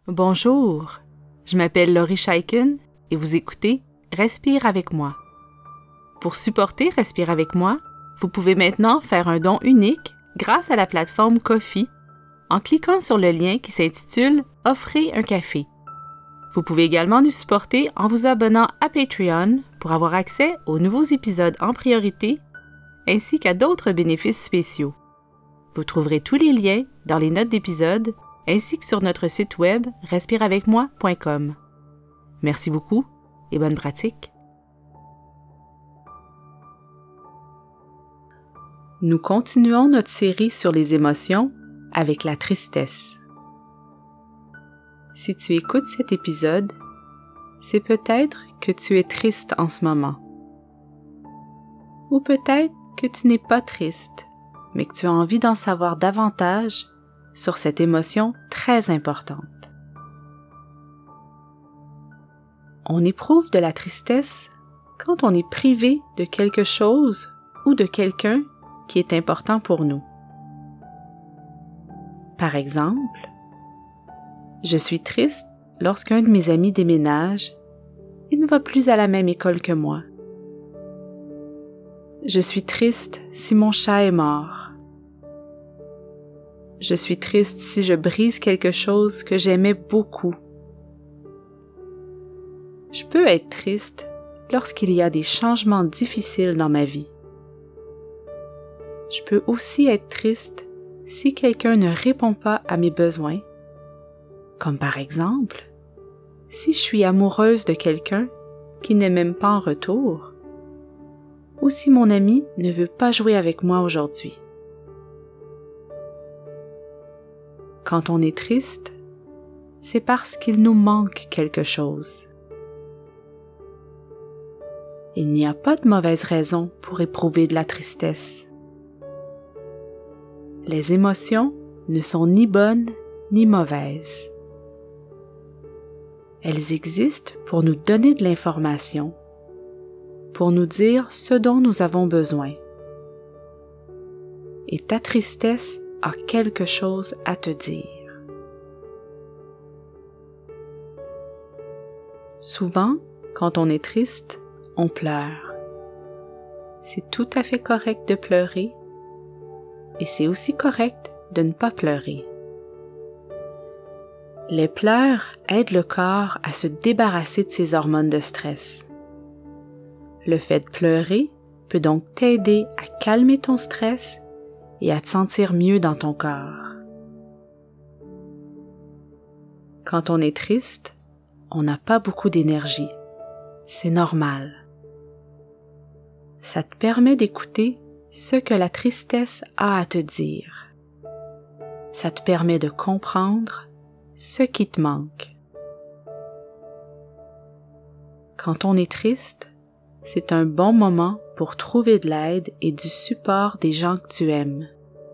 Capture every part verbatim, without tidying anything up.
Bonjour, je m'appelle Laurie Scheiken et vous écoutez Respire avec moi. Pour supporter Respire avec moi, vous pouvez maintenant faire un don unique grâce à la plateforme Ko-fi en cliquant sur le lien qui s'intitule « Offrez un café ». Vous pouvez également nous supporter en vous abonnant à Patreon pour avoir accès aux nouveaux épisodes en priorité ainsi qu'à d'autres bénéfices spéciaux. Vous trouverez tous les liens dans les notes d'épisode ainsi que sur notre site web respire avec moi point com. Merci beaucoup et bonne pratique. Nous continuons notre série sur les émotions avec la tristesse. Si tu écoutes cet épisode, c'est peut-être que tu es triste en ce moment. Ou peut-être que tu n'es pas triste, mais que tu as envie d'en savoir davantage sur cette émotion très importante. On éprouve de la tristesse quand on est privé de quelque chose ou de quelqu'un qui est important pour nous. Par exemple, je suis triste lorsqu'un de mes amis déménage et ne va plus à la même école que moi. Je suis triste si mon chat est mort. Je suis triste si je brise quelque chose que j'aimais beaucoup. Je peux être triste lorsqu'il y a des changements difficiles dans ma vie. Je peux aussi être triste si quelqu'un ne répond pas à mes besoins, comme par exemple, si je suis amoureuse de quelqu'un qui ne m'aime pas en retour, ou si mon ami ne veut pas jouer avec moi aujourd'hui. Quand on est triste, c'est parce qu'il nous manque quelque chose. Il n'y a pas de mauvaise raison pour éprouver de la tristesse. Les émotions ne sont ni bonnes ni mauvaises. Elles existent pour nous donner de l'information, pour nous dire ce dont nous avons besoin. Et ta tristesse a quelque chose à te dire. Souvent, quand on est triste, on pleure. C'est tout à fait correct de pleurer et c'est aussi correct de ne pas pleurer. Les pleurs aident le corps à se débarrasser de ses hormones de stress. Le fait de pleurer peut donc t'aider à calmer ton stress et à te sentir mieux dans ton corps. Quand on est triste, on n'a pas beaucoup d'énergie. C'est normal. Ça te permet d'écouter ce que la tristesse a à te dire. Ça te permet de comprendre ce qui te manque. Quand on est triste, c'est un bon moment pour trouver de l'aide et du support des gens que tu aimes.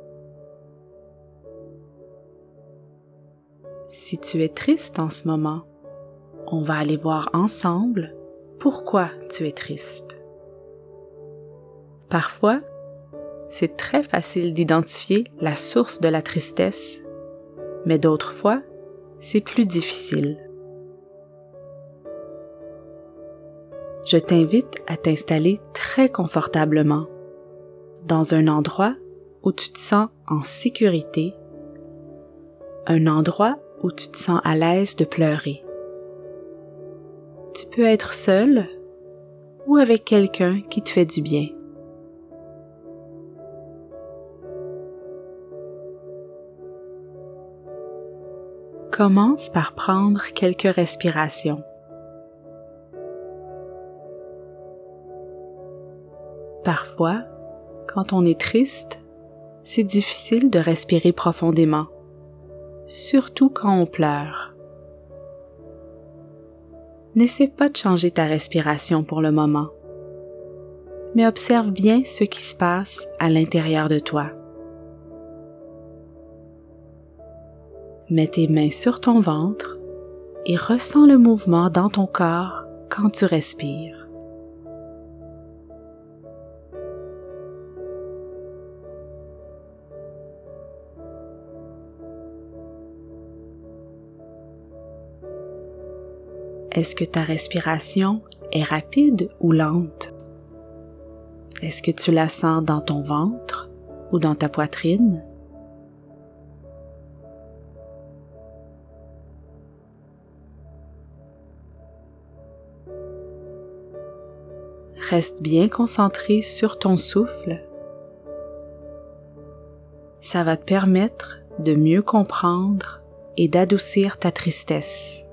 Si tu es triste en ce moment, on va aller voir ensemble pourquoi tu es triste. Parfois, c'est très facile d'identifier la source de la tristesse, mais d'autres fois, c'est plus difficile. Je t'invite à t'installer très confortablement, dans un endroit où tu te sens en sécurité, un endroit où tu te sens à l'aise de pleurer. Tu peux être seul ou avec quelqu'un qui te fait du bien. Commence par prendre quelques respirations. Parfois, quand on est triste, c'est difficile de respirer profondément, surtout quand on pleure. N'essaie pas de changer ta respiration pour le moment, mais observe bien ce qui se passe à l'intérieur de toi. Mets tes mains sur ton ventre et ressens le mouvement dans ton corps quand tu respires. Est-ce que ta respiration est rapide ou lente? Est-ce que tu la sens dans ton ventre ou dans ta poitrine? Reste bien concentré sur ton souffle. Ça va te permettre de mieux comprendre et d'adoucir ta tristesse.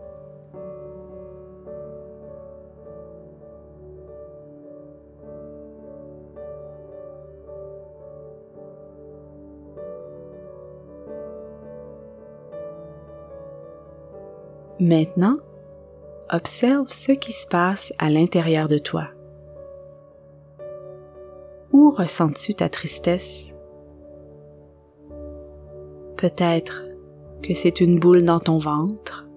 Maintenant, observe ce qui se passe à l'intérieur de toi. Où ressens-tu ta tristesse? Peut-être que c'est une boule dans ton ventre,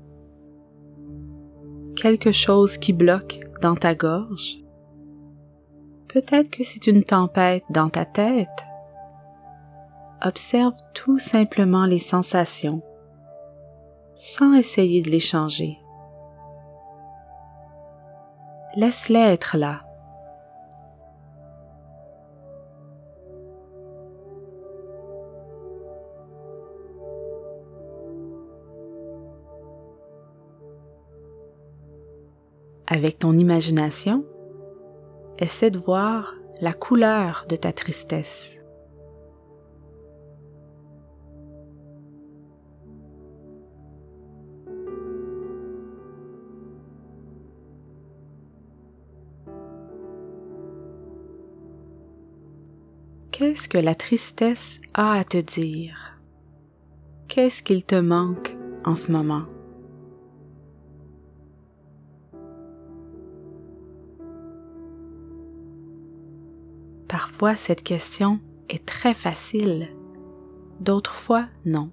quelque chose qui bloque dans ta gorge. Peut-être que c'est une tempête dans ta tête. Observe tout simplement les sensations, sans essayer de les changer. Laisse-les être là. Avec ton imagination, essaie de voir la couleur de ta tristesse. Qu'est-ce que la tristesse a à te dire? Qu'est-ce qu'il te manque en ce moment? Parfois, cette question est très facile, d'autres fois, non.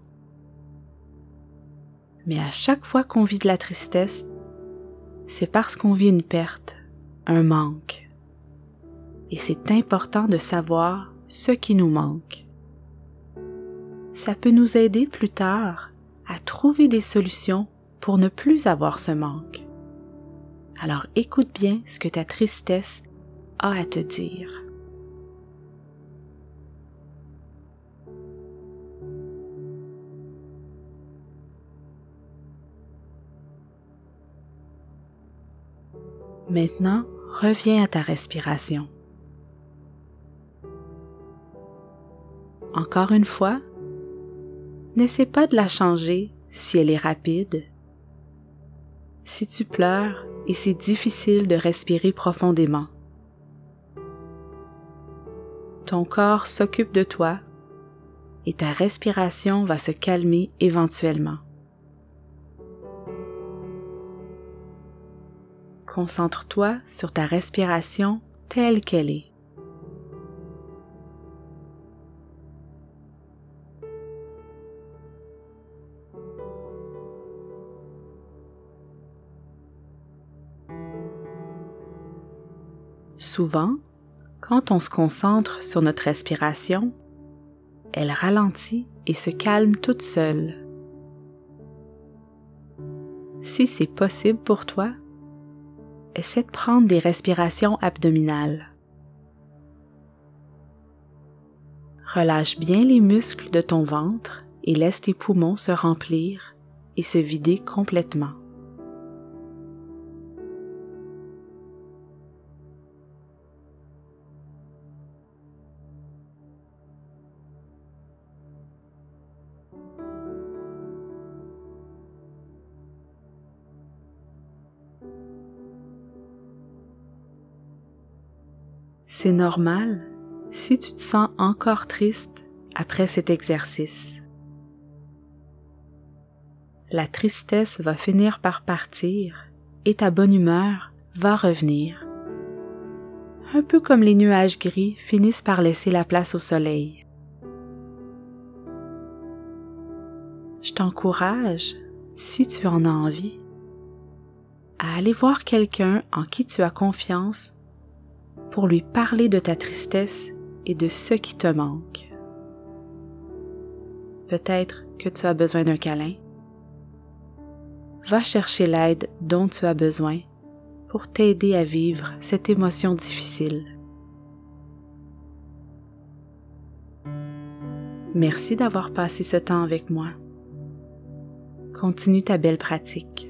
Mais à chaque fois qu'on vit de la tristesse, c'est parce qu'on vit une perte, un manque. Et c'est important de savoir ce qui nous manque. Ça peut nous aider plus tard à trouver des solutions pour ne plus avoir ce manque. Alors écoute bien ce que ta tristesse a à te dire. Maintenant, reviens à ta respiration. Encore une fois, n'essaie pas de la changer si elle est rapide. Si tu pleures et c'est difficile de respirer profondément, ton corps s'occupe de toi et ta respiration va se calmer éventuellement. Concentre-toi sur ta respiration telle qu'elle est. Souvent, quand on se concentre sur notre respiration, elle ralentit et se calme toute seule. Si c'est possible pour toi, essaie de prendre des respirations abdominales. Relâche bien les muscles de ton ventre et laisse tes poumons se remplir et se vider complètement. C'est normal si tu te sens encore triste après cet exercice. La tristesse va finir par partir et ta bonne humeur va revenir. Un peu comme les nuages gris finissent par laisser la place au soleil. Je t'encourage, si tu en as envie, à aller voir quelqu'un en qui tu as confiance pour lui parler de ta tristesse et de ce qui te manque. Peut-être que tu as besoin d'un câlin. va chercher l'aide dont tu as besoin pour t'aider à vivre cette émotion difficile. Merci d'avoir passé ce temps avec moi. Continue ta belle pratique.